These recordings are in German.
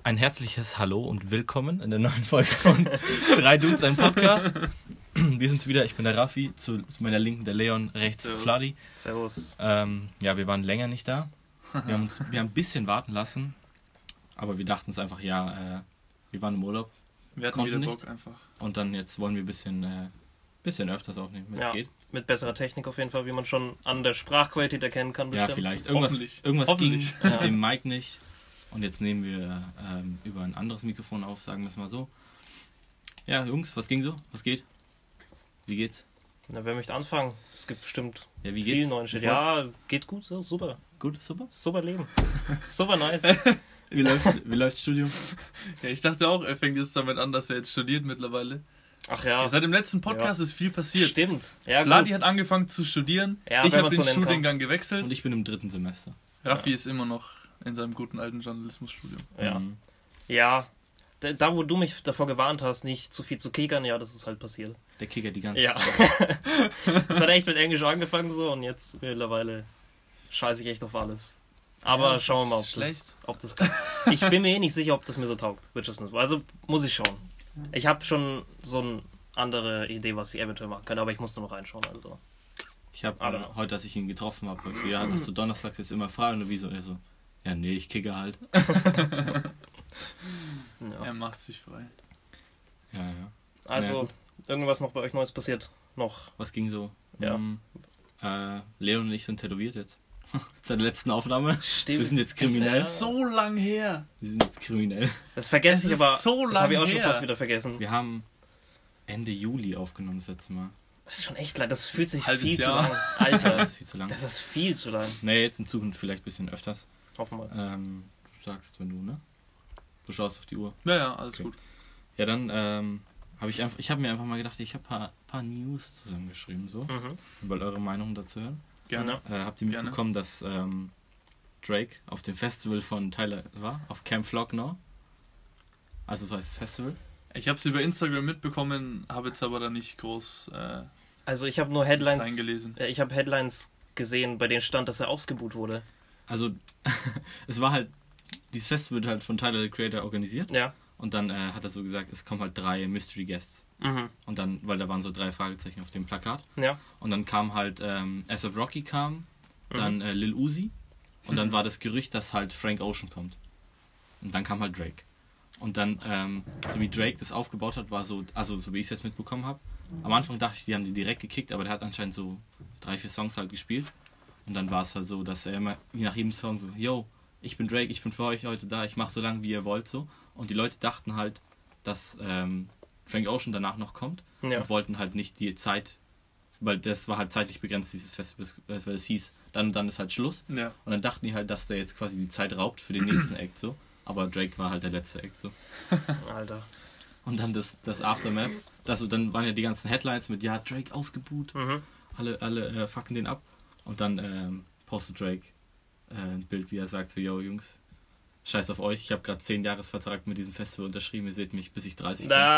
Ein herzliches Hallo und willkommen in der neuen Folge von 3 Dudes, ein Podcast. Wir sind's wieder, ich bin der Raffi, zu meiner Linken der Leon, rechts Servus. Vladi. Servus. Ja, wir waren länger nicht da. Wir haben ein bisschen warten lassen, aber wir dachten uns einfach, wir waren im Urlaub. Wir hatten wieder Bock einfach. Und dann jetzt wollen wir ein bisschen öfters aufnehmen, wenn es geht. Mit besserer Technik auf jeden Fall, wie man schon an der Sprachqualität erkennen kann. Bestimmt. Ja, vielleicht. Irgendwas ging mit dem Mic nicht. Und jetzt nehmen wir über ein anderes Mikrofon auf, sagen wir es mal so. Ja, Jungs, was ging so? Was geht? Wie geht's? Na, wer möchte anfangen? Es gibt bestimmt viel neuen Shit. Ja, geht gut, so, super. Gut, super? Super Leben. Super nice. Wie läuft das Studium? Ja, ich dachte auch, er fängt jetzt damit an, dass er jetzt studiert mittlerweile. Ach ja. Seit dem letzten Podcast ist viel passiert. Stimmt. Ja, Vladi hat angefangen zu studieren. Ja, ich habe den Studiengang gewechselt. Und ich bin im 3. Semester. Raffi ist immer noch in seinem guten alten Journalismusstudium. Ja. Ja. Da, wo du mich davor gewarnt hast, nicht zu viel zu kickern, ja, das ist halt passiert. Der Kicker die ganze Zeit. Ja. Das hat echt mit Englisch angefangen so und jetzt mittlerweile scheiße ich echt auf alles. Aber ja, schauen wir mal, ob das kann. Ich bin mir nicht sicher, ob das mir so taugt, Wirtschaftsnutzung. Also muss ich schauen. Ich habe schon so eine andere Idee, was ich eventuell machen könnte, aber ich muss da noch reinschauen. Also. Ich habe heute, als ich ihn getroffen habe, so, ja, hast du donnerstags jetzt immer frei und wieso? Er so, ja, nee, ich kicke halt. Ja. Er macht sich frei. Ja. Also, irgendwas noch bei euch Neues passiert? Noch? Was ging so? Ja. Leon und ich sind tätowiert jetzt. Seit der letzten Aufnahme. Stimmt. Wir sind jetzt kriminell. Das ist so lang her. Wir sind jetzt kriminell. Das vergesse ich aber. So lang das habe ich auch her. schon fast wieder vergessen. Wir haben Ende Juli aufgenommen das letzte Mal. Das ist schon echt lang. Das fühlt sich viel Jahr. zu lang. Alter. Das ist viel zu lang. Das ist viel zu lang. Naja, jetzt in Zukunft vielleicht ein bisschen öfters. Hoffen wir. Du sagst, wenn du, ne? Du schaust auf die Uhr. Ja, alles okay. Gut. Ja, dann habe ich habe mir einfach mal gedacht, ich habe ein paar News zusammengeschrieben, so. Weil eure Meinung dazu hören. Gerne. Habt ihr mitbekommen, dass Drake auf dem Festival von Tyler war? Auf Camp Flock Now? Also so heißt das Festival? Ich habe es über Instagram mitbekommen, habe jetzt aber da nicht groß also ich habe nur Headlines reingelesen. Ich habe Headlines gesehen, bei denen stand, dass er ausgebuht wurde. Also es war halt, dieses Festival wird halt von Tyler, the Creator, organisiert. Ja. Und dann hat er so gesagt, es kommen halt 3 Mystery Guests. Und dann, weil da waren so 3 Fragezeichen auf dem Plakat. Ja. Und dann kam halt A$AP Rocky kam, dann Lil Uzi. Und dann war das Gerücht, dass halt Frank Ocean kommt. Und dann kam halt Drake. Und dann, so wie Drake das aufgebaut hat, war so, also so wie ich es jetzt mitbekommen habe. Am Anfang dachte ich, die haben die direkt gekickt, aber der hat anscheinend so 3-4 Songs halt gespielt. Und dann war es halt so, dass er immer nach jedem Song so, yo, ich bin Drake, ich bin für euch heute da, ich mache so lange, wie ihr wollt, so. Und die Leute dachten halt, dass Frank Ocean danach noch kommt und wollten halt nicht die Zeit, weil das war halt zeitlich begrenzt, dieses Festival, weil es hieß, dann ist halt Schluss. Ja. Und dann dachten die halt, dass der jetzt quasi die Zeit raubt für den nächsten Act, so. Aber Drake war halt der letzte Act, so. Alter. Und dann das Aftermath, dann waren ja die ganzen Headlines mit, ja, Drake ausgebuht, alle fucken den ab. Und dann postet Drake ein Bild, wie er sagt so, yo Jungs, scheiß auf euch, ich habe gerade 10-Jahres-Vertrag mit diesem Festival unterschrieben, ihr seht mich, bis ich 30 bin.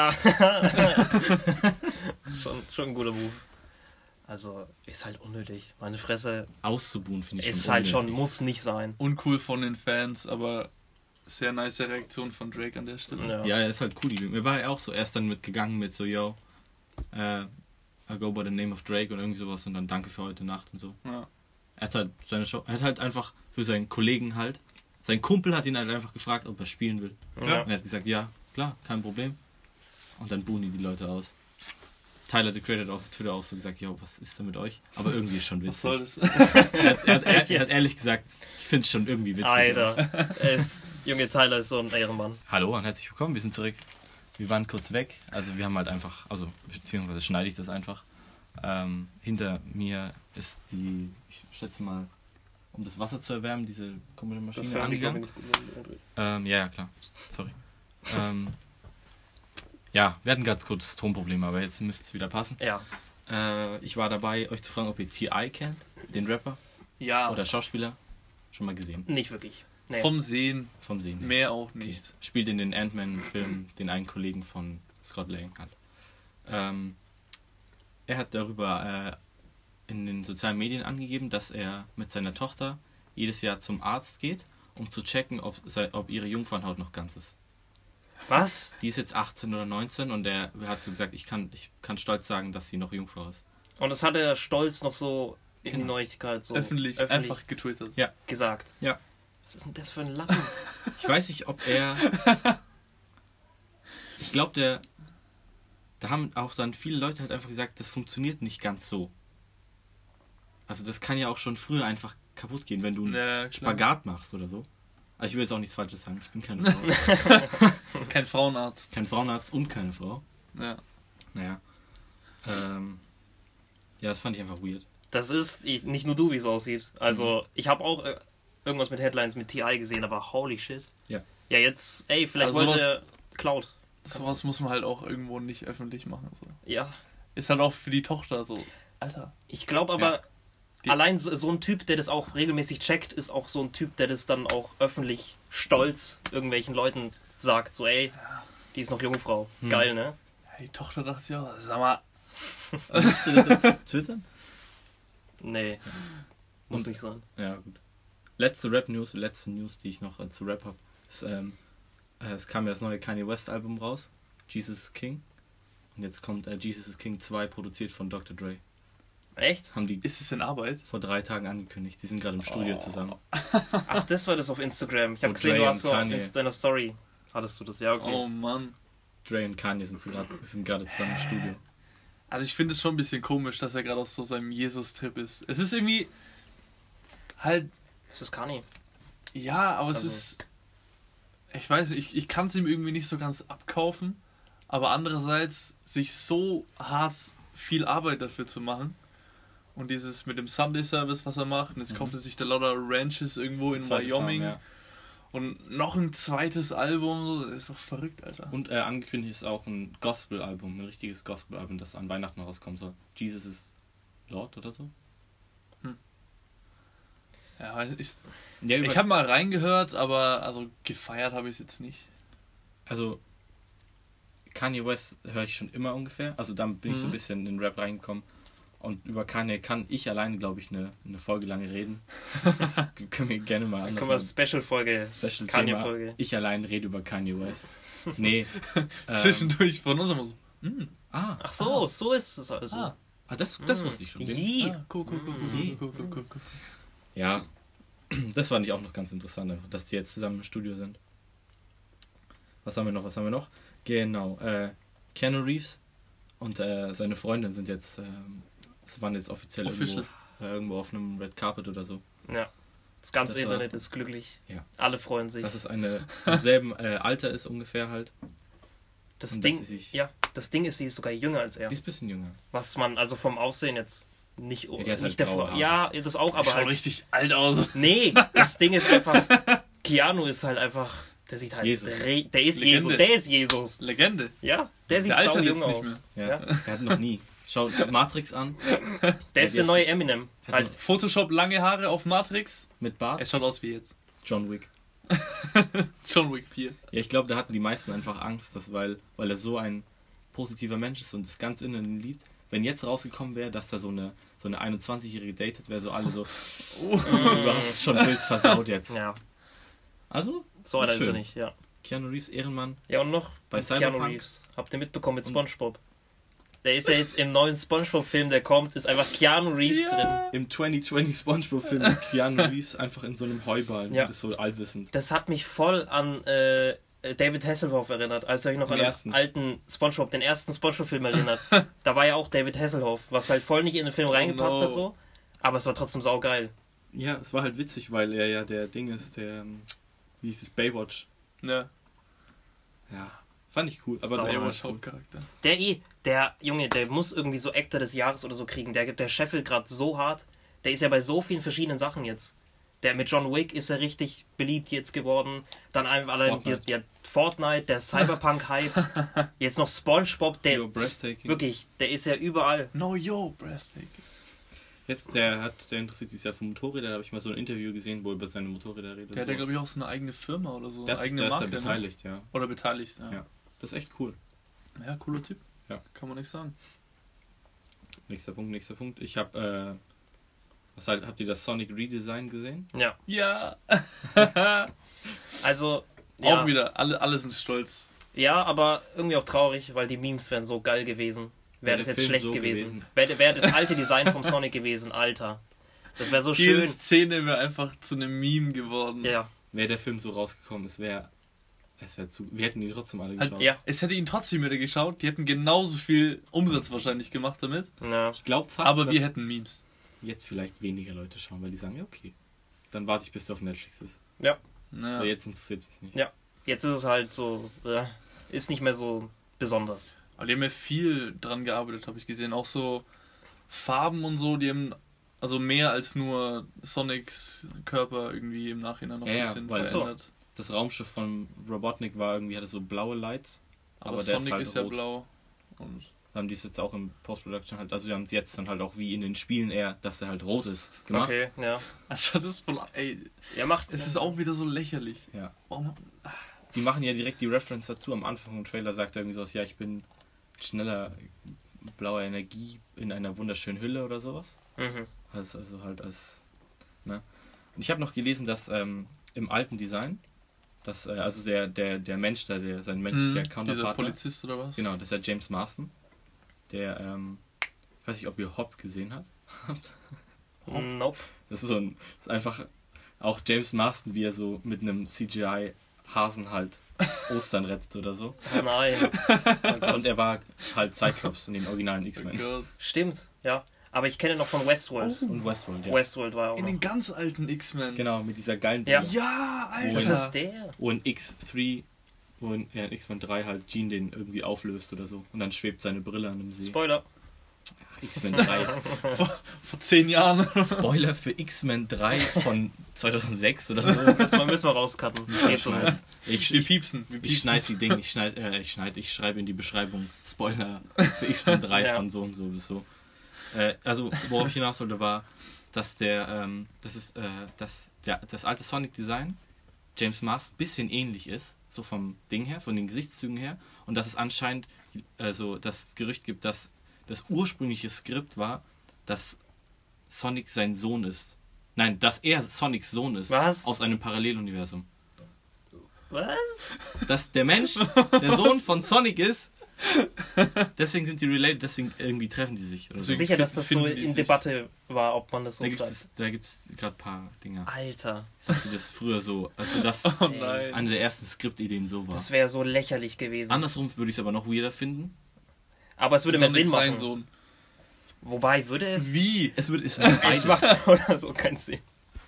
schon ein guter Move. Also, ist halt unnötig. Meine Fresse. Auszubuhen finde ich schon unnötig. Ist halt schon, muss nicht sein. Uncool von den Fans, aber sehr nice Reaktion von Drake an der Stelle. Ja, er ist halt cool. Mir war ja auch so erst dann mitgegangen mit so, yo, I go by the name of Drake und irgendwie sowas und dann danke für heute Nacht und so. Ja. Er hat halt seine Show, er hat halt einfach für seinen Kollegen halt, sein Kumpel hat ihn halt einfach gefragt, ob er spielen will. Ja. Und er hat gesagt, ja, klar, kein Problem. Und dann buhen die Leute aus. Tyler, the Creator, hat auf Twitter auch so gesagt, yo, was ist denn mit euch? Aber irgendwie ist schon witzig. Was soll das? er hat ehrlich gesagt, ich finde es schon irgendwie witzig. Alter, Junge Tyler ist so ein Ehrenmann. Hallo und herzlich willkommen, wir sind zurück. Wir waren kurz weg, also wir haben halt einfach, beziehungsweise schneide ich das einfach. Hinter mir ist ich schätze mal, um das Wasser zu erwärmen, diese komische Maschine angegangen. Ja, klar, sorry. Ja, wir hatten ganz kurz Stromprobleme, aber jetzt müsste es wieder passen. Ja. Ich war dabei, euch zu fragen, ob ihr T.I. kennt, den Rapper. Ja. Oder Schauspieler. Schon mal gesehen? Nicht wirklich. Nee. Vom Sehen. Mehr auch nicht. Okay. Spielt in den Ant-Man-Filmen den einen Kollegen von Scott Lang hat. Er hat darüber in den sozialen Medien angegeben, dass er mit seiner Tochter jedes Jahr zum Arzt geht um zu checken, ob ihre Jungfernhaut noch ganz ist. Was? Die ist jetzt 18 oder 19 und der hat so gesagt, ich kann stolz sagen, dass sie noch Jungfrau ist. Und das hat er stolz noch so in die Genau. Neuigkeit so Öffentlich einfach getwittert. Ja. gesagt. Ja. Was ist denn das für ein Lappen? Ich weiß nicht, ob er... Ich glaube, da haben auch dann viele Leute halt einfach gesagt, das funktioniert nicht ganz so. Also das kann ja auch schon früher einfach kaputt gehen, wenn du einen Spagat machst oder so. Also ich will jetzt auch nichts Falsches sagen, ich bin keine Frau. Kein Frauenarzt. Kein Frauenarzt und keine Frau. Ja. Naja. Ja, das fand ich einfach weird. Das ist nicht nur du, wie es aussieht. Also, ich habe auch irgendwas mit Headlines mit TI gesehen, aber holy shit. Ja. Ja, jetzt, vielleicht Also wollte er Cloud. Sowas muss man halt auch irgendwo nicht öffentlich machen. So. Ja. Ist halt auch für die Tochter so. Alter. Ich glaube aber, Ja. allein so ein Typ, der das auch regelmäßig checkt, ist auch so ein Typ, der das dann auch öffentlich stolz irgendwelchen Leuten sagt. So, ey, die ist noch Jungfrau. Geil, ne? Ja, die Tochter dachte sich auch, sag mal. Musst du das jetzt twittern? Nee. Muss Und- nicht sein. Ja, gut. Letzte News, die ich noch zu Rap habe. Es kam ja das neue Kanye West Album raus. Jesus is King. Und jetzt kommt Jesus is King 2, produziert von Dr. Dre. Echt? Haben die Ist es in Arbeit? vor 3 Tagen angekündigt. Die sind gerade im Studio zusammen. Ach, das war das auf Instagram. Ich habe Wo gesehen, Dre du hast und so Kanye. in deiner Story. Hattest du das? Ja, okay. Oh Mann. Dre und Kanye sind gerade zusammen im Studio. Also ich finde es schon ein bisschen komisch, dass er gerade auf so seinem Jesus-Trip ist. Es ist irgendwie halt, Das ist Kanye. ja, aber Also- es ist, ich weiß nicht, ich kann es ihm irgendwie nicht so ganz abkaufen, aber andererseits sich so hart viel Arbeit dafür zu machen und dieses mit dem Sunday Service, was er macht, und jetzt kauft er sich da lauter Ranches irgendwo in Zweite Wyoming Farm, ja. und noch ein zweites Album, so, das ist doch verrückt, Alter. Und angekündigt ist auch ein Gospel-Album, ein richtiges Gospel-Album, das an Weihnachten rauskommen soll. Jesus is Lord oder so? Ja, weiß ich, Ja, ich habe mal reingehört, aber also gefeiert habe ich es jetzt nicht. Also Kanye West höre ich schon immer ungefähr. Also dann bin ich so ein bisschen in den Rap reingekommen. Und über Kanye kann ich alleine, glaube ich, eine Folge lang reden. Das können wir gerne mal Dann anders können wir machen. Special-Folge. Special Kanye-Folge. Thema. Ich allein rede über Kanye West. Nee. Zwischendurch von uns immer so. Ach so, so ist es also. Das wusste ich schon. Ih. Cool. Ja, das fand ich auch noch ganz interessant, einfach, dass die jetzt zusammen im Studio sind. Was haben wir noch? Genau, Keanu Reeves und seine Freundin sind jetzt, waren jetzt offiziell irgendwo auf einem Red Carpet oder so. Ja. Das ganze Das war- Internet ist glücklich. Ja. Alle freuen sich. Dass es im selben Alter ist ungefähr halt. Das und Ding, dass sie sich- das Ding ist, sie ist sogar jünger als er. Die ist ein bisschen jünger. Was man also vom Aussehen jetzt nicht, die hat nicht halt der graue Vor- Haare. Ja, das auch, aber Schaut halt. richtig alt aus. Nee, das Ding ist einfach. Keanu ist halt einfach. Der sieht halt. Jesus. Der ist Legende. Jesus. Der ist Jesus. Legende. Ja, der sieht Der altert sau jetzt jung nicht aus. Ja, Ja. er hat noch nie. Schau Matrix an, Der ist der jetzt- neue Eminem. Hat Halt. Photoshop lange Haare auf Matrix. mit Bart, Er schaut aus wie jetzt. John Wick. John Wick 4. Ja, ich glaube, da hatten die meisten einfach Angst, dass, weil er so ein positiver Mensch ist und das ganz innen ihn liebt. Wenn jetzt rausgekommen wäre, dass da so eine 21-Jährige datet, wäre so alle so, du hast es schon böse versaut jetzt. Ja, Also, so einer ist er schön. nicht, ja. Keanu Reeves, Ehrenmann. Ja, und noch Bei mit Keanu Cyberpunk? Reeves. Habt ihr mitbekommen mit SpongeBob? Der ist ja jetzt im neuen SpongeBob-Film, der kommt, ist einfach Keanu Reeves drin. Im 2020 Spongebob-Film ist Keanu Reeves einfach in so einem Heuballen. Ja. Das ist so allwissend. Das hat mich voll an David Hasselhoff erinnert, als ihr euch noch Den an den ersten. alten SpongeBob, den ersten SpongeBob-Film erinnert. Da war ja auch David Hasselhoff, was halt voll nicht in den Film reingepasst no. hat so. Aber es war trotzdem saugeil. Ja, es war halt witzig, weil er ja der Ding ist, wie hieß es, Baywatch. Ja. Ja, fand ich cool. Aber Sau das Der war war schon. Hauptcharakter. Der Junge, der muss irgendwie so Actor des Jahres oder so kriegen. Der scheffelt gerade so hart. Der ist ja bei so vielen verschiedenen Sachen jetzt. Der mit John Wick ist ja richtig beliebt jetzt geworden. Dann einfach allein Fortnite. Fortnite, der Cyberpunk-Hype. Jetzt noch SpongeBob, der You're breathtaking. wirklich, der ist ja überall. No, yo, breathtaking. Jetzt, der interessiert sich ja für Motorräder. Da habe ich mal so ein Interview gesehen, wo er über seine Motorräder redet. Der hat ja, glaube ich, auch so eine eigene Firma oder so. Der Eine hat sich eigene da ist Marke. da beteiligt, ja. Ne? Oder beteiligt, ja. Ja. Das ist echt cool. Ja, cooler Typ. Ja. Kann man nichts sagen. Nächster Punkt. Ich habe, Habt ihr das Sonic Redesign gesehen? Ja. Ja. Also, ja. Auch wieder, alle sind stolz. Ja, aber irgendwie auch traurig, weil die Memes wären so geil gewesen. Wäre das der jetzt Film schlecht so gewesen. Wäre das alte Design vom Sonic gewesen, Alter. Das wäre so Jede schön. Szene wäre einfach zu einem Meme geworden. Ja. Wäre der Film so rausgekommen ist, wir hätten ihn trotzdem alle Halt, geschaut. Ja. Es hätte ihn trotzdem wieder geschaut, die hätten genauso viel Umsatz wahrscheinlich gemacht damit, Ja. Ich glaube fast, aber dass wir hätten Memes. jetzt vielleicht weniger Leute schauen, weil die sagen, ja okay, dann warte ich bis der auf Netflix ist. Ja. Naja. Aber jetzt interessiert es nicht. Ja. Jetzt ist es halt so, ist nicht mehr so besonders. Aber die haben ja viel dran gearbeitet, habe ich gesehen. Auch so Farben und so, die haben also mehr als nur Sonics Körper irgendwie im Nachhinein noch ein Ja, bisschen weil verändert. Das Raumschiff von Robotnik hatte so blaue Lights, aber der Sonic ist halt ist ja rot. blau. Und Haben die es jetzt auch im Post-Production halt, also wir haben es jetzt dann halt auch wie in den Spielen eher, dass der halt rot ist, gemacht. Okay, ja. anstatt das voll. Ey, Ja, macht's. es ist auch wieder so lächerlich. Ja. Warum? Die machen ja direkt die Reference dazu. Am Anfang vom Trailer sagt er irgendwie sowas, ja, ich bin schneller blauer Energie in einer wunderschönen Hülle oder sowas. Mhm. Also halt als. Ne? Und ich habe noch gelesen, dass im alten Design, dass also der Mensch da, sein menschlicher Dieser Counterpart, Polizist oder was? genau, das ist ja James Marsden, der, ich weiß nicht, ob ihr Hop gesehen habt. Nope. Das ist ist einfach auch James Marsden, wie er so mit einem CGI-Hasen halt Ostern rettet oder so. Oh nein. Und er war halt Cyclops in den originalen Oh X-Men. Gott. Stimmt, ja. Aber ich kenne noch von Westworld. Und Westworld, ja. Westworld war auch In noch. den ganz alten X-Men. Genau, mit dieser geilen Ja. Brille. Ja, Alter. Das ist der. Wo in X3, wo in X-Men 3 halt Jean den irgendwie auflöst oder so. Und dann schwebt seine Brille an dem See. Spoiler. Ach, X-Men 3. Vor 10 Jahren. Spoiler für X-Men 3 von 2006 oder so. Müssen wir rauscutten. Geht so nicht. Wir piepsen. Ich schneide die Dinge, ich schreibe in die Beschreibung Spoiler für X-Men 3 Ja. von so und so bis so. Also, worauf ich hinaus wollte, war, dass das alte Sonic-Design James Marsden ein bisschen ähnlich ist, so vom Ding her, von den Gesichtszügen her, und dass es anscheinend das Gerücht gibt, dass das ursprüngliche Skript war, dass Sonic sein Sohn ist. Nein, dass er Sonics Sohn ist. Was? Aus einem Paralleluniversum. Was? Dass der Mensch der Sohn von Sonic ist. Deswegen sind die related, deswegen irgendwie treffen die sich. Oder so. Deswegen Sicher, dass das so finden die in sich. Debatte war, ob man das so Da gibt schreibt. es gerade ein paar Dinger. Alter. Die das früher so, also das Oh nein. eine der ersten Skriptideen so war. Das wäre so lächerlich gewesen. Andersrum würde ich es aber noch weirder finden. Aber es würde mehr Sonic Sinn sein machen. Sohn. Wobei, würde es... Wie? Es Es macht so oder so keinen Sinn.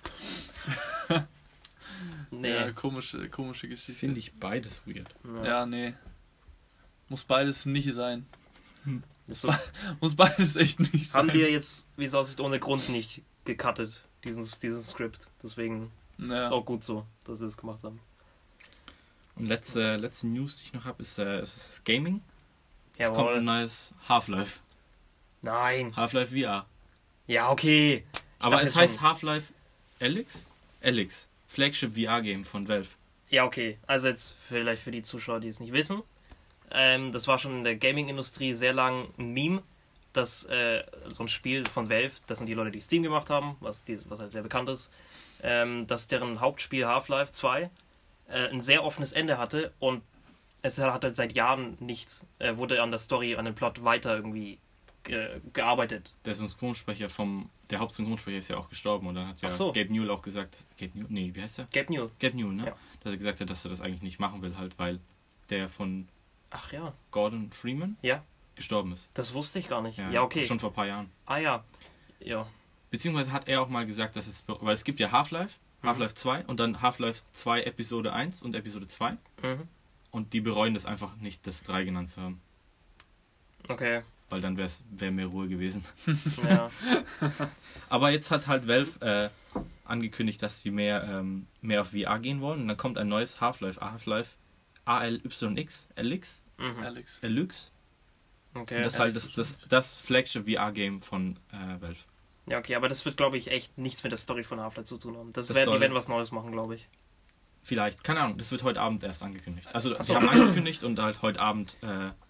Nee. Ja, komische Geschichte. Finde ich beides weird. Ja, nee. Muss beides nicht sein. Das ist so, Muss beides echt nicht sein. haben die ja jetzt, wie es aussieht, ohne Grund nicht gecuttet, diesen Skript. Deswegen Ja. ist auch gut so, dass sie das gemacht haben. Und letzte News, die ich noch habe, ist Gaming. Es kommt ein Jawohl. neues Half-Life. Nein. Half-Life VR. Ja, okay. Aber dachte es jetzt heißt schon- Half-Life Alyx? Alyx. Flagship VR-Game von Valve. Ja, okay. Also jetzt vielleicht für die Zuschauer, die es nicht wissen. Das war schon in der Gaming-Industrie sehr lang ein Meme, dass so ein Spiel von Valve, das sind die Leute, die Steam gemacht haben, was halt sehr bekannt ist, dass deren Hauptspiel Half-Life 2 ein sehr offenes Ende hatte und es hat halt seit Jahren nichts, wurde an der Story, an dem Plot weiter irgendwie gearbeitet. Der Synchronsprecher der Hauptsynchronsprecher ist ja auch gestorben und dann hat ja Ach so. Gabe Newell auch gesagt, wie heißt der? Gabe Newell. Gabe Newell, ne? Ja. Dass er gesagt hat, dass er das eigentlich nicht machen will halt, weil der von Ach ja, Gordon Freeman Ja. gestorben ist. das wusste ich gar nicht. Ja, okay. Schon vor ein paar Jahren. Ah ja. Ja. Beziehungsweise hat er auch mal gesagt, dass weil es gibt ja Half-Life, Half-Life 2 und dann Half-Life 2 Episode 1 und Episode 2 Mhm. und die bereuen das einfach nicht, das 3 genannt zu haben, Okay. weil dann wäre mehr Ruhe gewesen. Ja. Aber jetzt hat halt Valve angekündigt, dass sie mehr auf VR gehen wollen und dann kommt ein neues Half-Life ALYX, Mhm. Alex. Alyx. Okay. Und das ist halt das Flagship VR-Game von Valve. Ja, okay, aber das wird, glaube ich, echt nichts mit der Story von Half-Life zu tun haben. Das Die soll- werden was Neues machen, glaube ich. Vielleicht, keine Ahnung, das wird heute Abend erst angekündigt. Also Ach sie so. haben angekündigt und halt heute Abend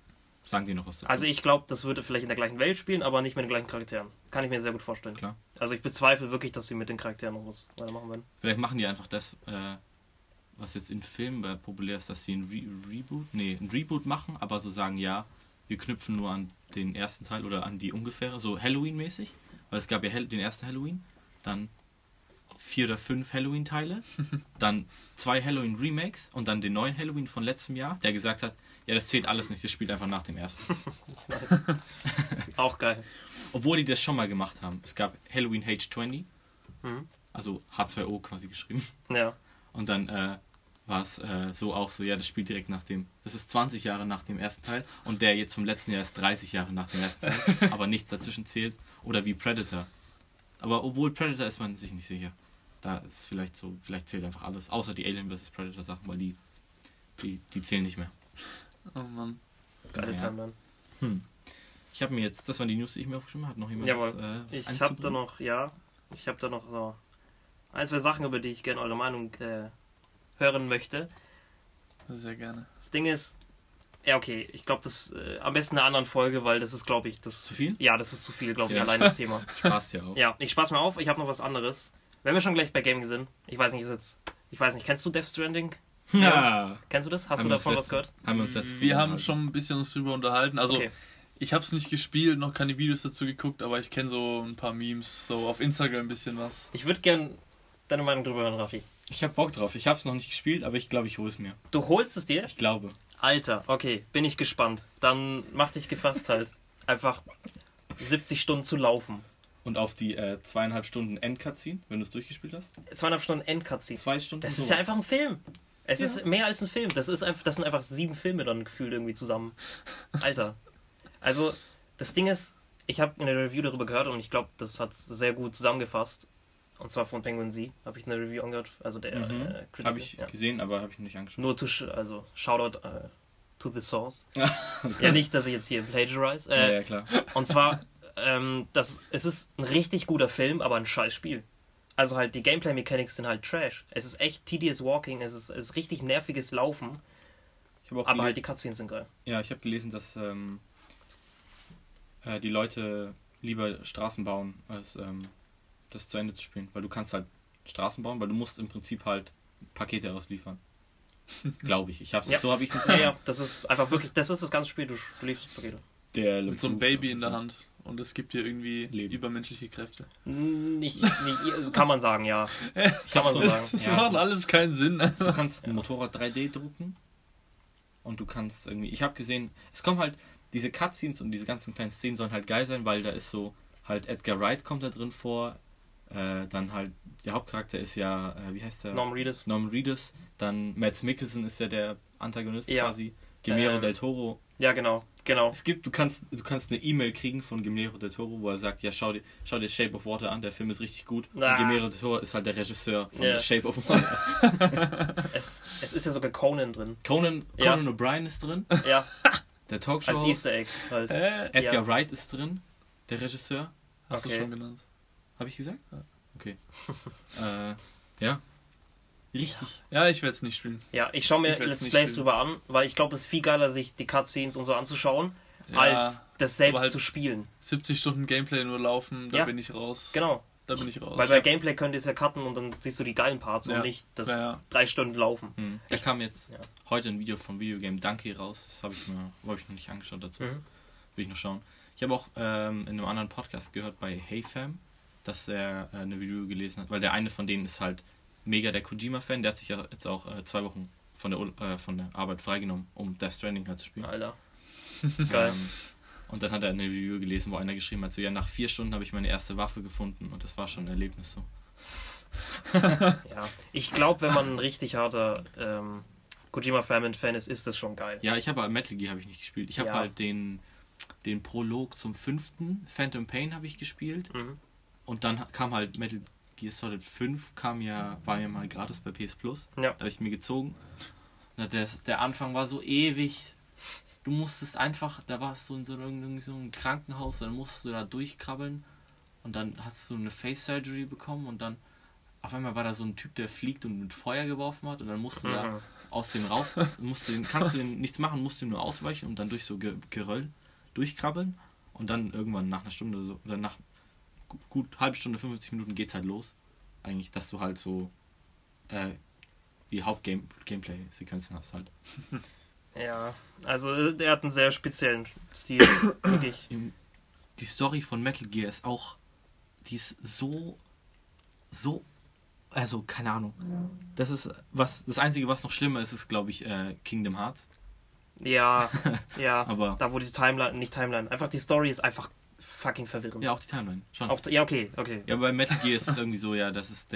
sagen die noch was dazu. Also ich glaube, das würde vielleicht in der gleichen Welt spielen, aber nicht mit den gleichen Charakteren. Kann ich mir sehr gut vorstellen. Klar. Also ich bezweifle wirklich, dass sie mit den Charakteren noch was weitermachen werden. Vielleicht machen die einfach das, was jetzt in Filmen populär ist, dass sie ein Reboot machen, aber so sagen, ja, wir knüpfen nur an den ersten Teil oder an die ungefähre, so Halloween-mäßig, weil es gab ja den ersten Halloween, dann 4 oder 5 Halloween-Teile, dann 2 Halloween-Remakes und dann den neuen Halloween von letztem Jahr, der gesagt hat, ja, das zählt alles nicht, das spielt einfach nach dem ersten. Nice. Auch geil. Obwohl die das schon mal gemacht haben. Es gab Halloween H20, Mhm. also H2O quasi geschrieben. Ja. Und dann war es so auch so, ja, das spielt direkt nach dem, das ist 20 Jahre nach dem ersten Teil und der jetzt vom letzten Jahr ist 30 Jahre nach dem ersten Teil, aber nichts dazwischen zählt. Oder wie Predator. Aber obwohl Predator ist man sich nicht sicher. Da ist vielleicht so, vielleicht zählt einfach alles, außer die Alien vs. Predator Sachen, weil die zählen nicht mehr. Oh Mann. Geile Naja. Timeline. Ich habe mir jetzt, das waren die News, die ich mir aufgeschrieben habe. Hat noch jemand Jawohl. was Ich habe da noch, so ein, zwei Sachen, über die ich gerne eure Meinung hören möchte. Sehr gerne. Das Ding ist, ja okay, ich glaube, das am besten in einer anderen Folge, weil das ist, glaube ich, das... Zu viel? Ja, das ist zu viel, glaube ich, Ja. allein das Thema. Spaß ja auch. Ja, ich spaß mir auf, ich habe noch was anderes. Wenn wir schon gleich bei Gaming sind, ich weiß nicht, kennst du Death Stranding? Ja. Kennst du das? Hast Haben du wir davon uns was gehört? Haben wir uns letztes Wir Mal haben unterhalten. schon ein bisschen uns drüber unterhalten. Also, Okay. ich habe es nicht gespielt, noch keine Videos dazu geguckt, aber ich kenne so ein paar Memes, so auf Instagram ein bisschen was. Ich würde gern deine Meinung drüber hören, Raffi. Ich habe Bock drauf. Ich habe es noch nicht gespielt, aber ich glaube, ich hole es mir. Du holst es dir? Ich glaube. Alter, okay, bin ich gespannt. Dann mach dich gefasst halt. Einfach 70 Stunden zu laufen. Und auf die 2,5 Stunden Endcutscene, wenn du es durchgespielt hast. 2,5 Stunden Endcutscene. 2 Stunden. Das ist sowas. ja einfach ein Film. Es ist mehr als ein Film. Das sind einfach 7 Filme dann gefühlt irgendwie zusammen. Alter. Also, das Ding ist, ich habe eine Review darüber gehört und ich glaube, das hat sehr gut zusammengefasst. Und zwar von Penguin Z habe ich eine Review angehört. Also der Critic. Habe ich ja. gesehen, aber habe ich nicht angeschaut. Nur also Shoutout to the source. Okay. Ja, nicht, dass ich jetzt hier plagiarize. Ja, klar. Und zwar, es ist ein richtig guter Film, aber ein scheiß Spiel. Also halt, die Gameplay-Mechanics sind halt Trash. Es ist echt tedious Walking, es ist richtig nerviges Laufen, Ich habe auch aber halt die Cutscenes sind geil. Ja, ich habe gelesen, dass die Leute lieber Straßen bauen, als das zu Ende zu spielen. Weil du kannst halt Straßen bauen, weil du musst im Prinzip halt Pakete ausliefern. Glaube ich. So habe ich es nicht Ja, das ist einfach wirklich, das ist das ganze Spiel, du liefst Pakete. Mit so einem Baby in der Hand. Und es gibt dir irgendwie Leben. übermenschliche Kräfte. Nicht, also kann man sagen, ja. Kann man so sagen. Das Ja, macht so. alles keinen Sinn. Du kannst ein Motorrad 3D drucken und du kannst irgendwie... Ich habe gesehen, es kommen halt... Diese Cutscenes und diese ganzen kleinen Szenen sollen halt geil sein, weil da ist so... Halt Edgar Wright kommt da drin vor. Dann halt... Der Hauptcharakter ist ja... wie heißt der? Norman Reedus. Norman Reedus. Dann Mads Mikkelsen ist ja der Antagonist Ja. quasi. Guillermo del Toro. Ja, genau. Du kannst eine E-Mail kriegen von Guillermo del Toro, wo er sagt, ja, schau dir Shape of Water an, der Film ist richtig gut. Ah. Und Guillermo del Toro ist halt der Regisseur von Ja. Shape of Water. Es ist ja sogar Conan drin. Conan Ja. O'Brien ist drin, Ja, der Talkshow. als Easter Egg halt. Edgar Ja. Wright ist drin, der Regisseur. Hast Okay. du schon genannt. Habe ich gesagt? Ja. Okay. Ja. Richtig. Ja, ich werde es nicht spielen. Ja, ich schaue mir Ich will's Let's nicht Plays spielen. drüber an, weil ich glaube, es ist viel geiler, sich die Cutscenes und so anzuschauen, Ja, als das selbst aber halt zu spielen. 70 Stunden Gameplay nur laufen, da Ja. bin ich raus. Genau. Da bin ich raus. Weil bei Gameplay könnt ihr es ja cutten und dann siehst du die geilen Parts Ja. und nicht das Ja. 3 Stunden laufen. Da kam jetzt Ja. heute ein Video von Videogame Donkey raus. Das habe ich noch nicht angeschaut dazu. Will ich noch schauen. Ich habe auch in einem anderen Podcast gehört bei HeyFam, dass er eine Review gelesen hat, weil der eine von denen ist halt mega der Kojima-Fan. Der hat sich ja jetzt auch 2 Wochen von der Arbeit freigenommen, um Death Stranding halt zu spielen. Alter. Geil. Und dann hat er eine Review gelesen, wo einer geschrieben hat, so ja, nach 4 Stunden habe ich meine erste Waffe gefunden und das war schon ein Erlebnis so. Ja. Ich glaube, wenn man ein richtig harter Kojima-Fan ist, ist das schon geil. Ja, ich habe Metal Gear habe ich nicht gespielt. Ich habe Ja. halt den Prolog zum 5. Phantom Pain habe ich gespielt. Mhm. Und dann kam halt Metal Gear Solid 5, war ja mal gratis bei PS Plus. Ja. Da habe ich mir gezogen. Der Anfang war so ewig. Du musstest einfach, da warst du in so einem Krankenhaus, dann musstest du da durchkrabbeln. Und dann hast du eine Face Surgery bekommen und dann auf einmal war da so ein Typ, der fliegt und mit Feuer geworfen hat. Und dann musst du da aus dem raus, kannst du den nichts machen, musst du nur ausweichen und dann durch so Geröll durchkrabbeln und dann irgendwann nach einer Stunde oder so, oder nach gut halbe Stunde, 50 Minuten geht's halt los. Eigentlich, dass du halt so die Hauptgameplay-Sequenzen hast halt. Ja, also der hat einen sehr speziellen Stil, wirklich. Die Story von Metal Gear ist auch, die ist so, also keine Ahnung. Das ist das Einzige, was noch schlimmer ist, glaube ich, Kingdom Hearts. Ja, Aber da wo die Timeline, einfach die Story ist einfach fucking verwirrend. ja, auch die Timeline, schon. Ja, okay. Ja, bei Metal Gear ist es irgendwie so, ja, das ist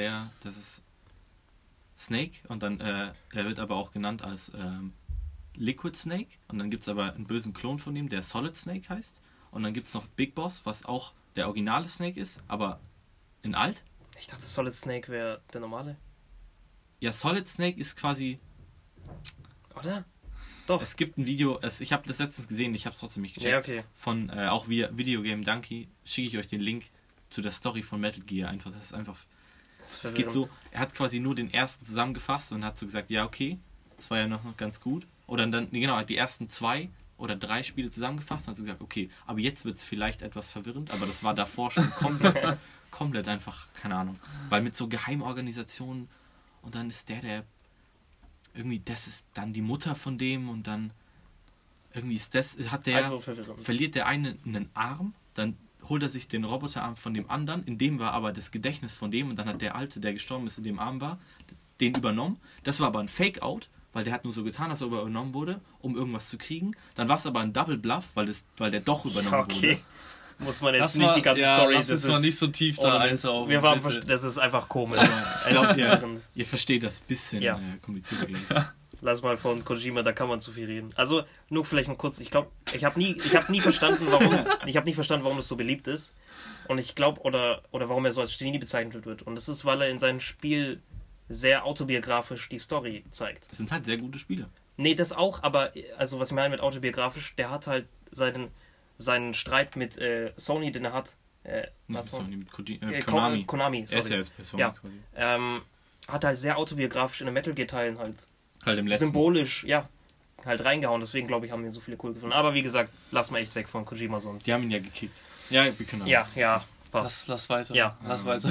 Snake und dann, er wird aber auch genannt als Liquid Snake und dann gibt es aber einen bösen Klon von ihm, der Solid Snake heißt und dann gibt es noch Big Boss, was auch der originale Snake ist, aber in alt. Ich dachte, Solid Snake wäre der normale. Ja, Solid Snake ist quasi... Oder? Doch. Es gibt ein Video, ich habe das letztens gesehen, ich habe es trotzdem nicht gecheckt. Ja, okay. Von auch Video Game Donkey schicke ich euch den Link zu der Story von Metal Gear einfach. Das ist einfach... Es geht so, er hat quasi nur den ersten zusammengefasst und hat so gesagt, ja okay, das war ja noch ganz gut. Oder dann, genau, die ersten 2 oder 3 Spiele zusammengefasst und hat so gesagt, okay, aber jetzt wird es vielleicht etwas verwirrend, aber das war davor schon komplett einfach, keine Ahnung. Weil mit so Geheimorganisationen und dann ist der irgendwie, das ist dann die Mutter von dem und dann irgendwie verliert der eine einen Arm, dann holt er sich den Roboterarm von dem anderen, in dem war aber das Gedächtnis von dem und dann hat der Alte, der gestorben ist, in dem Arm war, den übernommen. Das war aber ein Fake-Out, weil der hat nur so getan, dass er übernommen wurde, um irgendwas zu kriegen. Dann war es aber ein Double Bluff, weil der doch übernommen wurde. Muss man jetzt nicht die ganze Story... Das ist noch nicht so tief da eintauchen. Das ist einfach komisch. Ich glaube, ihr versteht das bisschen kompliziert. Lass mal von Kojima, da kann man zu viel reden. Also, nur vielleicht mal kurz, ich glaube, ich habe nie verstanden, warum es so beliebt ist. Und ich glaube, oder warum er so als Genie bezeichnet wird. Und das ist, weil er in seinem Spiel sehr autobiografisch die Story zeigt. Das sind halt sehr gute Spiele. Nee, das auch, aber, also was ich meine mit autobiografisch, der hat halt seinen Streit mit Sony, den er hat. Sony mit Konami. Konami, sorry. Er ist ja jetzt bei Sony. Ja. Hat halt sehr autobiografisch in den Metal Gear Teilen halt im letzten. Symbolisch, halt reingehauen. Deswegen, glaube ich, haben wir so viele cool gefunden. Aber wie gesagt, lass mal echt weg von Kojima sonst. Die haben ihn ja gekickt. Ja, wir können auch. Ja, passt. Lass weiter. Ja. Lass weiter.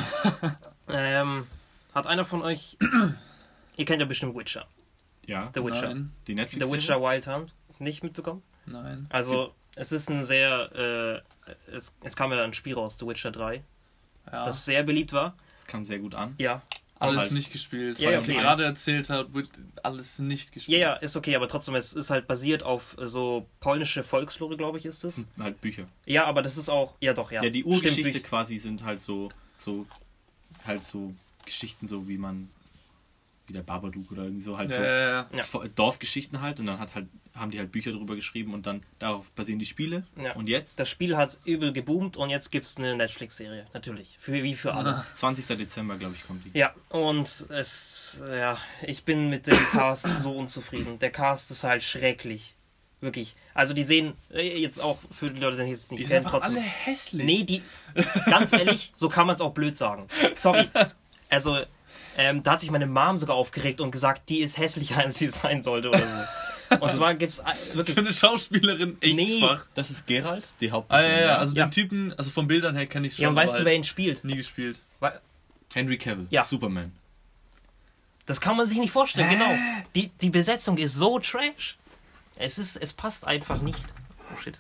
Hat einer von euch... Ihr kennt ja bestimmt Witcher. Ja. The Witcher. Nein. Die Netflix. The Witcher Wild Hunt. Nicht mitbekommen? Nein. Also, es ist ein sehr... es kam ja ein Spiel raus, The Witcher 3, das sehr beliebt war. Das kam sehr gut an. Ja. Alles halt nicht gespielt. Ja, Was okay. ihr gerade erzählt habt, wird alles nicht gespielt. Ja, ist okay, aber trotzdem, es ist halt basiert auf so polnische Volkslore, glaube ich, ist es. Das sind halt Bücher. Ja, aber das ist auch... Ja, doch, ja. Ja, die Urgeschichte quasi sind halt so Geschichten, so wie der Babadook oder irgendwie so, halt Ja. Dorfgeschichten halt und dann haben die halt Bücher drüber geschrieben und dann darauf basieren die Spiele. Ja. Und jetzt? Das Spiel hat übel geboomt und jetzt gibt es eine Netflix-Serie, natürlich. Wie für alles. 20. Dezember, glaube ich, kommt die. Ja, und ich bin mit dem Cast so unzufrieden. Der Cast ist halt schrecklich. Wirklich. Also die sehen, jetzt auch für die Leute, die es nicht kennen, trotzdem... alle hässlich. Nee, ganz ehrlich, so kann man es auch blöd sagen. Sorry. Also... da hat sich meine Mom sogar aufgeregt und gesagt, die ist hässlicher, als sie sein sollte oder so. Und zwar gibt es wirklich... Für eine Schauspielerin echt schwach. Das ist Geralt, die Hauptperson. Also den Typen, also von Bildern her kenne ich schon. Ja, und weißt du, wer ihn spielt? Nie gespielt. Henry Cavill, Superman. Das kann man sich nicht vorstellen, genau. Die Besetzung ist so trash. Es passt einfach nicht. Oh shit.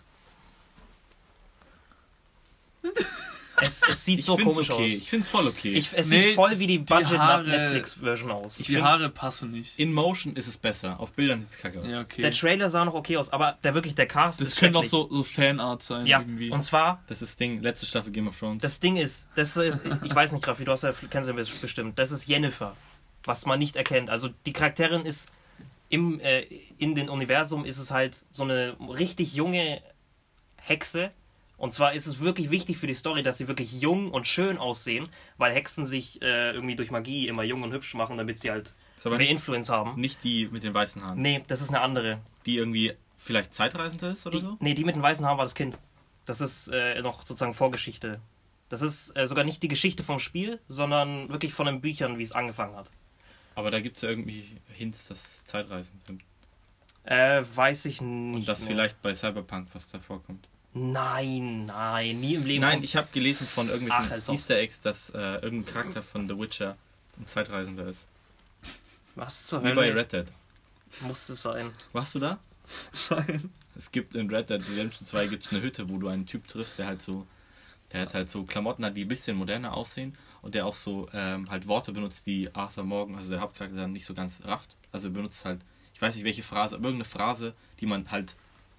Es sieht so komisch aus. Ich finde es voll okay. Es sieht voll wie die Budget-Netflix-Version aus. Die Haare passen nicht. In Motion ist es besser. Auf Bildern sieht es kacke aus. Ja, okay. Der Trailer sah noch okay aus, aber der Cast ist das können auch so Fanart sein irgendwie. Und zwar... Das ist letzte Staffel Game of Thrones. Das Ding ist, ich weiß nicht, Raffi, kennst du bestimmt. Das ist Yennefer, was man nicht erkennt. Also die Charakterin ist in dem Universum ist es halt so eine richtig junge Hexe. Und zwar ist es wirklich wichtig für die Story, dass sie wirklich jung und schön aussehen, weil Hexen sich irgendwie durch Magie immer jung und hübsch machen, damit sie halt mehr Influence haben. Nicht die mit den weißen Haaren. Nee, das ist eine andere. Die irgendwie vielleicht zeitreisend ist oder so? Nee, die mit den weißen Haaren war das Kind. Das ist noch sozusagen Vorgeschichte. Das ist sogar nicht die Geschichte vom Spiel, sondern wirklich von den Büchern, wie es angefangen hat. Aber da gibt es ja irgendwie Hints, dass es Zeitreisen sind. Weiß ich nicht. Und dass mehr. vielleicht bei Cyberpunk was da vorkommt. Nein, nie im Leben. Nein, ich habe gelesen von irgendwelchen als ob. Easter Eggs, dass irgendein Charakter von The Witcher ein Zeitreisender ist. Was zur Wie bei Hölle Red Dead. muss es sein? Warst du da? Nein. Es gibt in Red Dead Redemption 2 gibt's eine Hütte, wo du einen Typ triffst, der hat halt so Klamotten, die ein bisschen moderner aussehen und der auch so halt Worte benutzt, die Arthur Morgan, also der Hauptcharakter, dann nicht so ganz rafft. Also er benutzt halt, ich weiß nicht welche Phrase, aber irgendeine Phrase, die man halt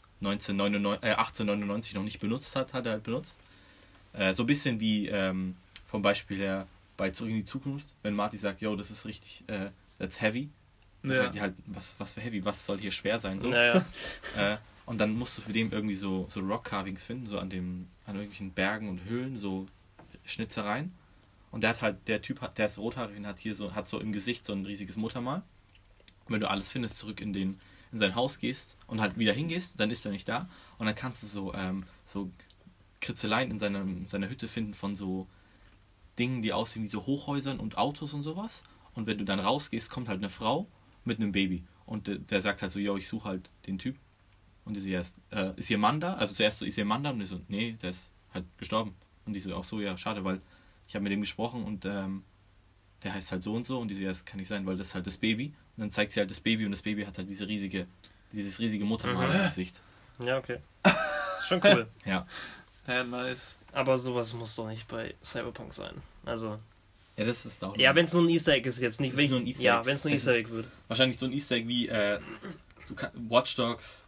1899 noch nicht benutzt hat, hat er halt benutzt. So ein bisschen wie vom Beispiel her bei Zurück in die Zukunft, wenn Marty sagt, yo, das ist richtig, that's heavy. Dann sagt die halt, was für heavy, was soll hier schwer sein? So. Naja. Und dann musst du für den irgendwie so Rock-Carvings finden, so an irgendwelchen Bergen und Höhlen, so Schnitzereien. Und der Typ, der ist rothaarig und hat so im Gesicht so ein riesiges Muttermal. Und wenn du alles findest, zurück in sein Haus gehst und halt wieder hingehst, dann ist er nicht da. Und dann kannst du so Kritzeleien in seiner Hütte finden von so Dingen, die aussehen wie so Hochhäusern und Autos und sowas. Und wenn du dann rausgehst, kommt halt eine Frau mit einem Baby. Und der sagt halt so, yo, ich suche halt den Typ. Und die so, ja, ist ihr Mann da? Also zuerst so, ist ihr Mann da? Und die so, nee, der ist halt gestorben. Und die so, auch so, ja, schade, weil ich habe mit dem gesprochen und der heißt halt so und so. Und die so, ja, das kann nicht sein, weil das ist halt das Baby. Und dann zeigt sie halt das Baby und das Baby hat halt dieses riesige Muttermal im Gesicht. Ja, okay. Ist schon cool. Ja. Ja, nice. Aber sowas muss doch nicht bei Cyberpunk sein. Also. Ja, das ist auch. Ja, wenn es nur ein Easter Egg ist, jetzt nicht Das ist nur ein Easter Egg. Ja, wenn es nur ein Das Easter ist Egg wird. wahrscheinlich so ein Easter Egg wie Watch Dogs.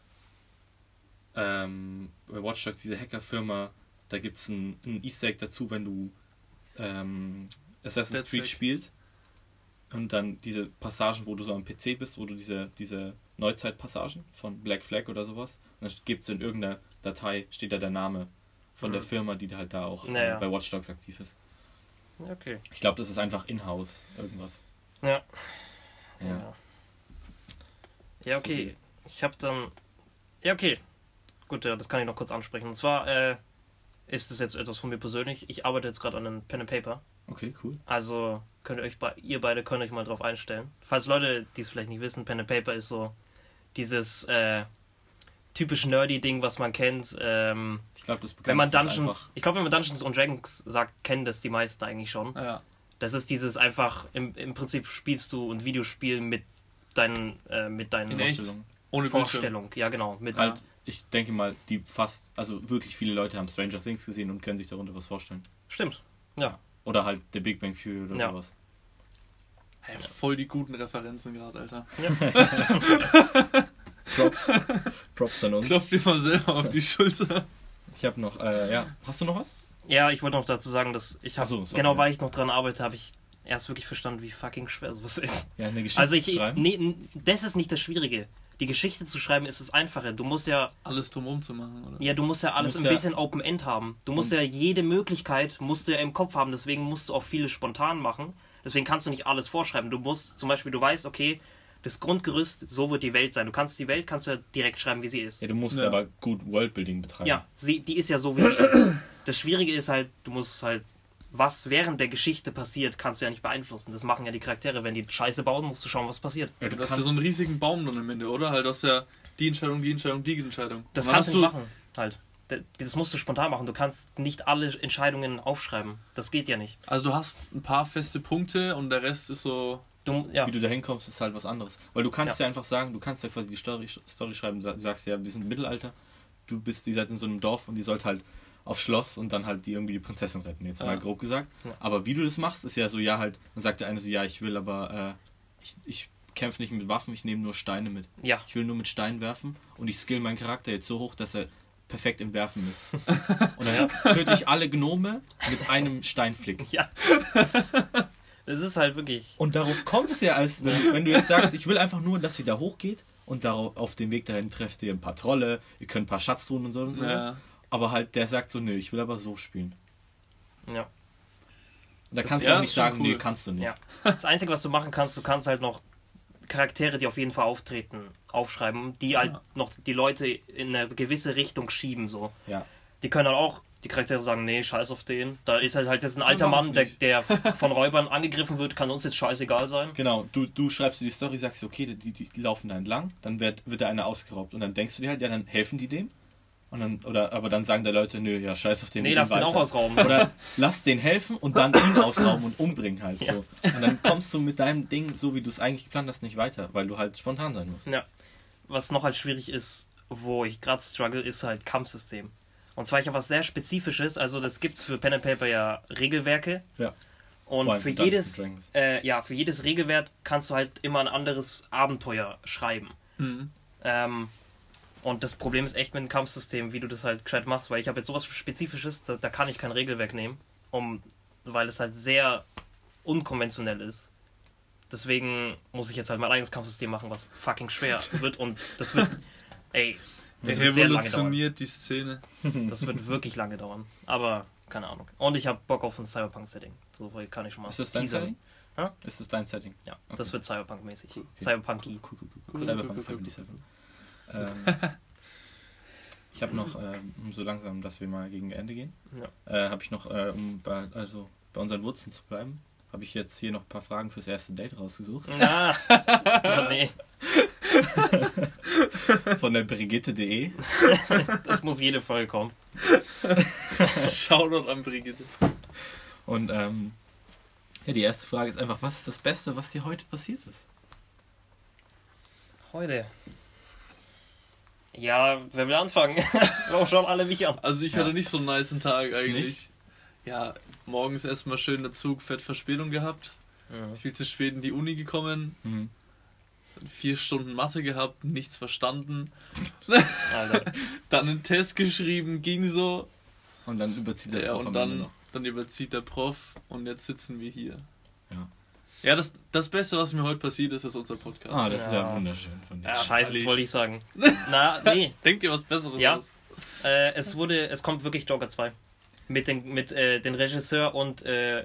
Bei Watch Dogs, diese Hackerfirma, da gibt es ein Easter Egg dazu, wenn du Assassin's Creed spielst und dann diese Passagen, wo du so am PC bist, wo du diese Neuzeitpassagen von Black Flag oder sowas, und dann gibt es in irgendeiner Datei, steht da der Name von der Firma, die halt da auch bei Watch Dogs aktiv ist. Ja, okay. Ich glaube, das ist einfach in-house irgendwas. Ja. Ja. Ja, okay. Ich habe dann... Ja, okay. Gut, ja, das kann ich noch kurz ansprechen. Und zwar ist das jetzt etwas von mir persönlich. Ich arbeite jetzt gerade an einem Pen and Paper. Okay, cool. Also ihr beide könnt euch mal drauf einstellen. Falls Leute, die es vielleicht nicht wissen, Pen and Paper ist so dieses typisch nerdy Ding, was man kennt. Ich glaube, das wenn man Dungeons und Dragons sagt, kennen das die meisten eigentlich schon. Ja. Das ist dieses einfach, im Prinzip spielst du ein Videospiel mit deinen Vorstellungen. Ohne Vorstellung. Ja, genau. Halt, ich denke mal, wirklich viele Leute haben Stranger Things gesehen und können sich darunter was vorstellen. Stimmt. Ja. Oder halt der Big Bang Theory oder sowas. Hey, voll die guten Referenzen gerade, Alter. Ja. Props an uns. Klopft dir mal selber auf die Schulter. Ich habe noch, Hast du noch was? Ja, ich wollte noch dazu sagen, dass ich habe, weil ich noch dran arbeite, habe ich erst wirklich verstanden, wie fucking schwer sowas ist. Ja, eine Geschichte zu schreiben? Nee, das ist nicht das Schwierige. Die Geschichte zu schreiben ist das Einfache. Du musst ja... Alles drumherum zu machen, oder? Ja, du musst ja alles ein bisschen Open-End haben. Du musst ja jede Möglichkeit im Kopf haben. Deswegen musst du auch vieles spontan machen. Deswegen kannst du nicht alles vorschreiben. Du musst zum Beispiel, du weißt, okay, das Grundgerüst, so wird die Welt sein. Die Welt kannst du ja direkt schreiben, wie sie ist. Ja, du musst aber gut Worldbuilding betreiben. Ja, die ist ja so, wie sie ist. Das Schwierige ist halt, du musst halt, was während der Geschichte passiert, kannst du ja nicht beeinflussen. Das machen ja die Charaktere. Wenn die Scheiße bauen, musst du schauen, was passiert. Ja, du hast ja so einen riesigen Baum dann am Ende, oder? Halt, du hast ja die Entscheidung, die Entscheidung, die Entscheidung. Das kannst du nicht machen, halt. Das musst du spontan machen. Du kannst nicht alle Entscheidungen aufschreiben. Das geht ja nicht. Also du hast ein paar feste Punkte und der Rest ist so... Wie du da hinkommst, ist halt was anderes. Weil du kannst ja einfach sagen, du kannst ja quasi die Story schreiben. Du sagst ja, wir sind im Mittelalter. Die seid in so einem Dorf und die sollt halt aufs Schloss und dann halt die Prinzessin retten, jetzt mal grob gesagt. Ja. Aber wie du das machst, ist ja so, dann sagt der eine so, ja, ich will aber, ich kämpfe nicht mit Waffen, ich nehme nur Steine mit. Ja. Ich will nur mit Steinen werfen und ich skill meinen Charakter jetzt so hoch, dass er perfekt im Werfen ist. Und dann töte ich alle Gnome mit einem Steinflick. Ja. Das ist halt wirklich... Und darauf kommst du ja, als wenn du jetzt sagst, ich will einfach nur, dass sie da hochgeht und auf dem Weg dahin trefft ihr ein paar Trolle, ihr könnt ein paar Schatztruhen und sowas. Ja. Aber halt, der sagt so, nö, ich will aber so spielen. Ja. Und da kannst du auch nicht sagen, cool. Nee, kannst du nicht. Ja. Das Einzige, was du machen kannst, du kannst halt noch Charaktere, die auf jeden Fall auftreten, aufschreiben, die halt noch die Leute in eine gewisse Richtung schieben, so. Ja. Die können dann auch Die Charaktere sagen, nee, scheiß auf den. Da ist halt jetzt ein alter Mann, der von Räubern angegriffen wird, kann uns jetzt scheißegal sein. Genau, du schreibst dir die Story, sagst, okay, die laufen da entlang, dann wird da einer ausgeraubt und dann denkst du dir halt, ja, dann helfen die dem. Und dann, aber dann sagen da Leute, nö, ja, scheiß auf den. Nee, lass den auch ausrauben. Oder lass den helfen und dann ihn ausrauben und umbringen halt so. Ja. Und dann kommst du mit deinem Ding, so wie du es eigentlich geplant hast, nicht weiter, weil du halt spontan sein musst. Ja. Was noch halt schwierig ist, wo ich gerade struggle, ist halt Kampfsystem. Und zwar ich habe was sehr Spezifisches, also das gibt es für Pen and Paper ja Regelwerke. Ja. Und für jedes Regelwerk kannst du halt immer ein anderes Abenteuer schreiben. Mhm. Und das Problem ist echt mit dem Kampfsystem, wie du das halt gescheit machst, weil ich habe jetzt sowas Spezifisches, da kann ich kein Regelwerk nehmen, weil es halt sehr unkonventionell ist. Deswegen muss ich jetzt halt mein eigenes Kampfsystem machen, was fucking schwer wird und das wird, das Der wird sehr lange dauern. revolutioniert die Szene. Das wird wirklich lange dauern, aber keine Ahnung. Und ich habe Bock auf ein Cyberpunk-Setting, so viel kann ich schon mal Ist das dein teasern. Setting? Ha? Ist das dein Setting? Ja, Okay. das wird Cyberpunk-mäßig. Cool, okay. Cyberpunk-y. Cool. Cyberpunk 77. Ich habe noch, so langsam, dass wir mal gegen Ende gehen, habe ich noch, bei unseren Wurzeln zu bleiben, habe ich jetzt hier noch ein paar Fragen fürs erste Date rausgesucht. Na, nee. Von der Brigitte.de. Das muss jede Folge kommen. Shoutout an Brigitte. Und die erste Frage ist einfach, was ist das Beste, was dir heute passiert ist? Heute. Ja, wer will anfangen? Warum schauen alle mich an? Also ich hatte nicht so einen nicen Tag eigentlich. Nicht? Ja, morgens erstmal schön der Zug, fett Verspätung gehabt. Ja. Viel zu spät in die Uni gekommen. Mhm. 4 Stunden Mathe gehabt, nichts verstanden. Alter. Dann einen Test geschrieben, ging so. Und dann überzieht der Ja, Prof und am Ende dann, noch. dann überzieht der Prof und jetzt sitzen wir hier. Ja. Ja, das Beste, was mir heute passiert ist unser Podcast. Ah, das ist ja Ja. wunderschön von dir. Ja, scheiße, das ehrlich. wollte ich sagen. Na, nee. Denkt ihr was Besseres Ja. aus? Es kommt wirklich Joker 2. Mit den Regisseur und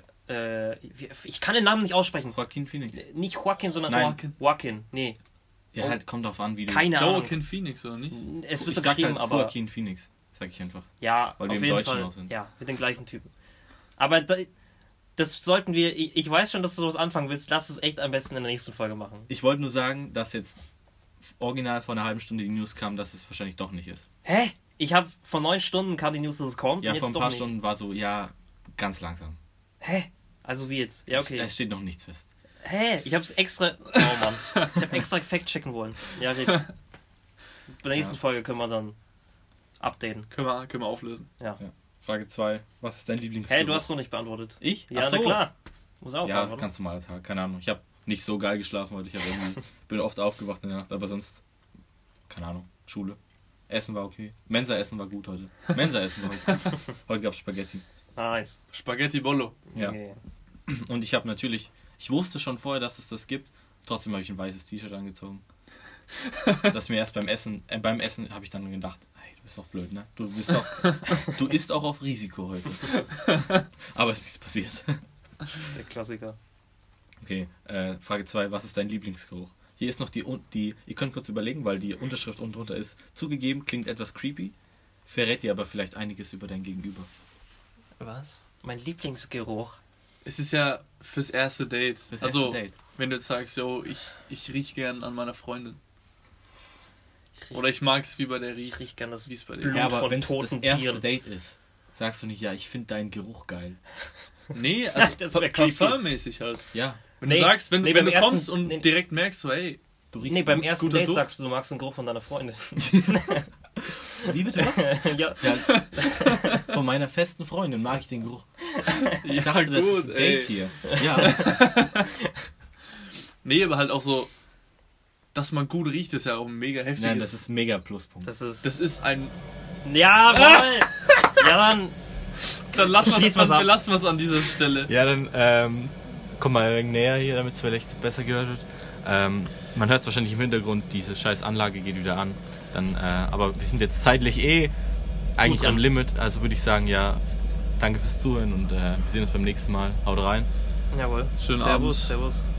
ich kann den Namen nicht aussprechen. Joaquin Phoenix. Nicht Joaquin, sondern Nein. Joaquin. Nee. Ja, halt, kommt drauf an, wie du... Keine Ahnung. Joaquin Phoenix, oder nicht? Es wird ich so sag geschrieben, halt aber... Joaquin Phoenix, sag ich einfach. Ja, Weil auf wir im jeden Deutschen Fall. auch sind. Ja, mit den gleichen Typen. Aber das sollten wir... Ich weiß schon, dass du sowas anfangen willst. Lass es echt am besten in der nächsten Folge machen. Ich wollte nur sagen, dass jetzt original vor einer halben Stunde die News kam, dass es wahrscheinlich doch nicht ist. Hä? Ich habe vor 9 Stunden kam die News, dass es kommt. Ja, und jetzt vor ein doch paar nicht. Stunden war so, ja, ganz langsam. Hä? Also wie jetzt? Ja, okay. Es steht noch nichts fest. Hä? Ich hab's extra... Oh Mann. Ich hab extra fact-checken wollen. Ja, red. Bei der nächsten Folge können wir dann updaten. Können wir auflösen. Ja. Frage 2. Was ist dein Lieblingsgeruch? Hä, du hast noch nicht beantwortet. Ich? Ja, Ach so. na klar. Muss auch Ja, das ist beantworten. ganz normaler Tag. Keine Ahnung. Ich habe nicht so geil geschlafen heute. Bin oft aufgewacht in der Nacht, aber sonst... Keine Ahnung. Schule. Essen war okay. Mensa-Essen war gut heute. Mensa-Essen war heute gut. Heute gab's Spaghetti. Nice. Spaghetti Bollo. Ja. Okay. Und ich habe natürlich... Ich wusste schon vorher, dass es das gibt. Trotzdem habe ich ein weißes T-Shirt angezogen. Das mir erst beim Essen habe ich dann gedacht, hey, du bist doch blöd, ne? Du isst auch auf Risiko heute. Aber es ist nichts passiert. Der Klassiker. Okay, Frage 2, was ist dein Lieblingsgeruch? Hier ist noch die, ihr könnt kurz überlegen, weil die Unterschrift unten drunter ist, zugegeben, klingt etwas creepy, verrät dir aber vielleicht einiges über dein Gegenüber. Was? Mein Lieblingsgeruch. Es ist ja fürs erste Date. Fürs also, erste Date. wenn du jetzt sagst, yo, ich riech gern an meiner Freundin. Oder ich mag es, wie bei der Ich riecht. riech gern das Wie es bei dir Blut Ja, aber von wenn es das toten erste Tieren. Date ist, sagst du nicht, ja, ich finde deinen Geruch geil. Nee, also Das wär creepy. parfümmäßig halt. Ja, Wenn Nee, du sagst, wenn nee, du beim kommst ersten- und nee. direkt merkst, so, hey, du riechst Nee, beim gut. ersten guter Date Duft. sagst du magst den Geruch von deiner Freundin. Wie bitte was? Ja. Ja, von meiner festen Freundin mag ich den Geruch. Ich dachte, das ist ein Date hier. Ja, nee, aber halt auch so, dass man gut riecht, ist ja auch ein mega heftiges. nein, das ist ein mega Pluspunkt. Das ist ein. Jawohl! Ja, Dann lassen Schließ wir's ab. wir es an dieser Stelle. Ja, dann komm mal ein wenig näher hier, damit es vielleicht besser gehört wird. Man hört es wahrscheinlich im Hintergrund, diese scheiß Anlage geht wieder an. Dann, aber wir sind jetzt zeitlich eigentlich dran. am Limit, also würde ich sagen, ja, danke fürs Zuhören und wir sehen uns beim nächsten Mal. Haut rein. Jawohl. Schönen Servus, Abend. Servus.